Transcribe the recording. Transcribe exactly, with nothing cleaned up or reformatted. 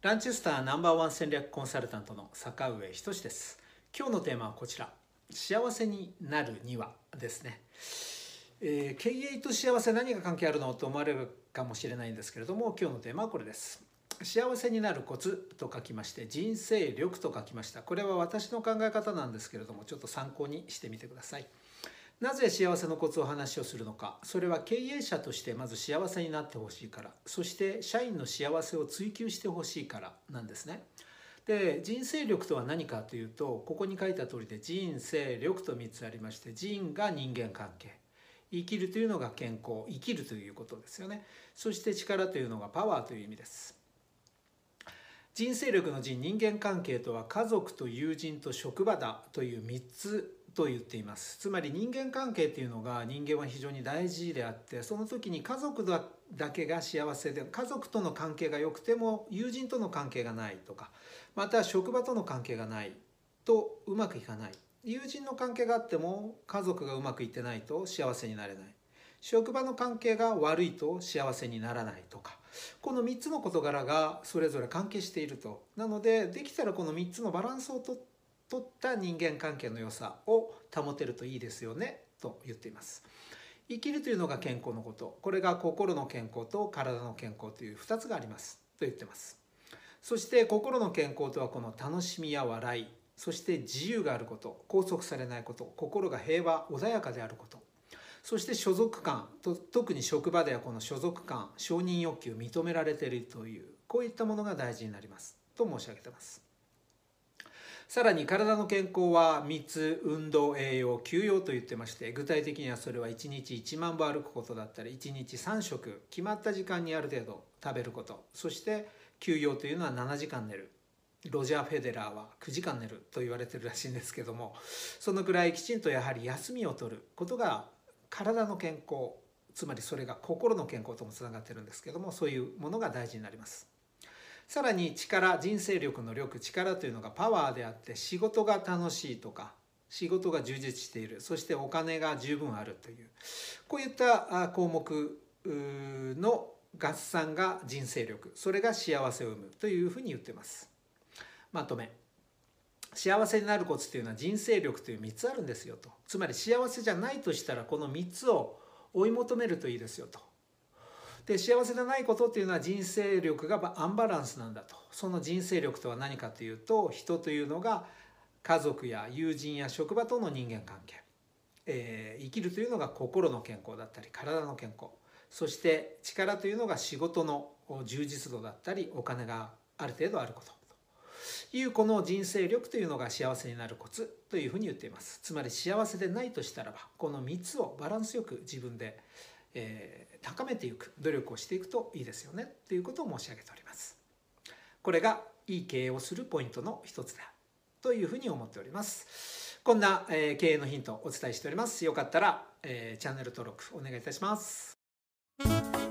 ランチェスターナンバーワン戦略コンサルタントの坂上仁です。今日のテーマはこちら。幸せになるにはですね。えー、経営と幸せ何が関係あるのと思われるかもしれないんですけれども、今日のテーマはこれです。幸せになるコツと書きまして、人生力と書きました。これは私の考え方なんですけれども、ちょっと参考にしてみてください。なぜ幸せのコツを話をするのか。それは経営者としてまず幸せになってほしいから、そして社員の幸せを追求してほしいからなんですね。で、人生力とは何かというと、ここに書いた通りで人生力とみっつありまして、人が人間関係、生きるというのが健康、生きるということですよね。そして力というのがパワーという意味です。人生力の人、人間関係とは家族と友人と職場だというみっつと言っています。つまり人間関係というのが人間は非常に大事であって、その時に家族だけが幸せで、家族との関係が良くても友人との関係がないとか、また職場との関係がないとうまくいかない。友人の関係があっても家族がうまくいってないと幸せになれない。職場の関係が悪いと幸せにならないとか、このみっつの事柄がそれぞれ関係していると。なのでできたらこのみっつのバランスをとって取った人間関係の良さを保てるといいですよねと言っています。生きるというのが健康のこと、これが心の健康と体の健康というふたつがありますと言ってます。そして心の健康とはこの楽しみや笑い、そして自由があること、拘束されないこと、心が平和穏やかであること、そして所属感と、特に職場ではこの所属感、承認欲求、認められているという、こういったものが大事になりますと申し上げています。さらに体の健康はみっつ、運動、栄養、休養と言ってまして、具体的にはそれはいちにちいちまんぼ歩くことだったり、いちにちさんしょく決まった時間にある程度食べること、そして休養というのはななじかん寝る。ロジャー・フェデラーはくじかん寝ると言われてるらしいんですけども、そのくらいきちんとやはり休みを取ることが体の健康、つまりそれが心の健康ともつながってるんですけども、そういうものが大事になります。さらに力、人生力の力、力というのがパワーであって、仕事が楽しいとか仕事が充実している、そしてお金が十分あるという、こういった項目の合算が人生力、それが幸せを生むというふうに言っています。まとめ、幸せになるコツというのは人生力というみっつあるんですよと。つまり幸せじゃないとしたらこのみっつを追い求めるといいですよと。で、幸せでないことっていうのは人生力がアンバランスなんだと。その人生力とは何かというと、人というのが家族や友人や職場との人間関係、えー、生きるというのが心の健康だったり体の健康、そして力というのが仕事の充実度だったりお金がある程度あることという、この人生力というのが幸せになるコツというふうに言っています。つまり幸せでないとしたらば、このみっつをバランスよく自分でえー、高めていく努力をしていくといいですよねということを申し上げております。これがいい経営をするポイントの一つだというふうに思っております。こんな、えー、経営のヒントをお伝えしております。よかったら、えー、チャンネル登録お願いいたします。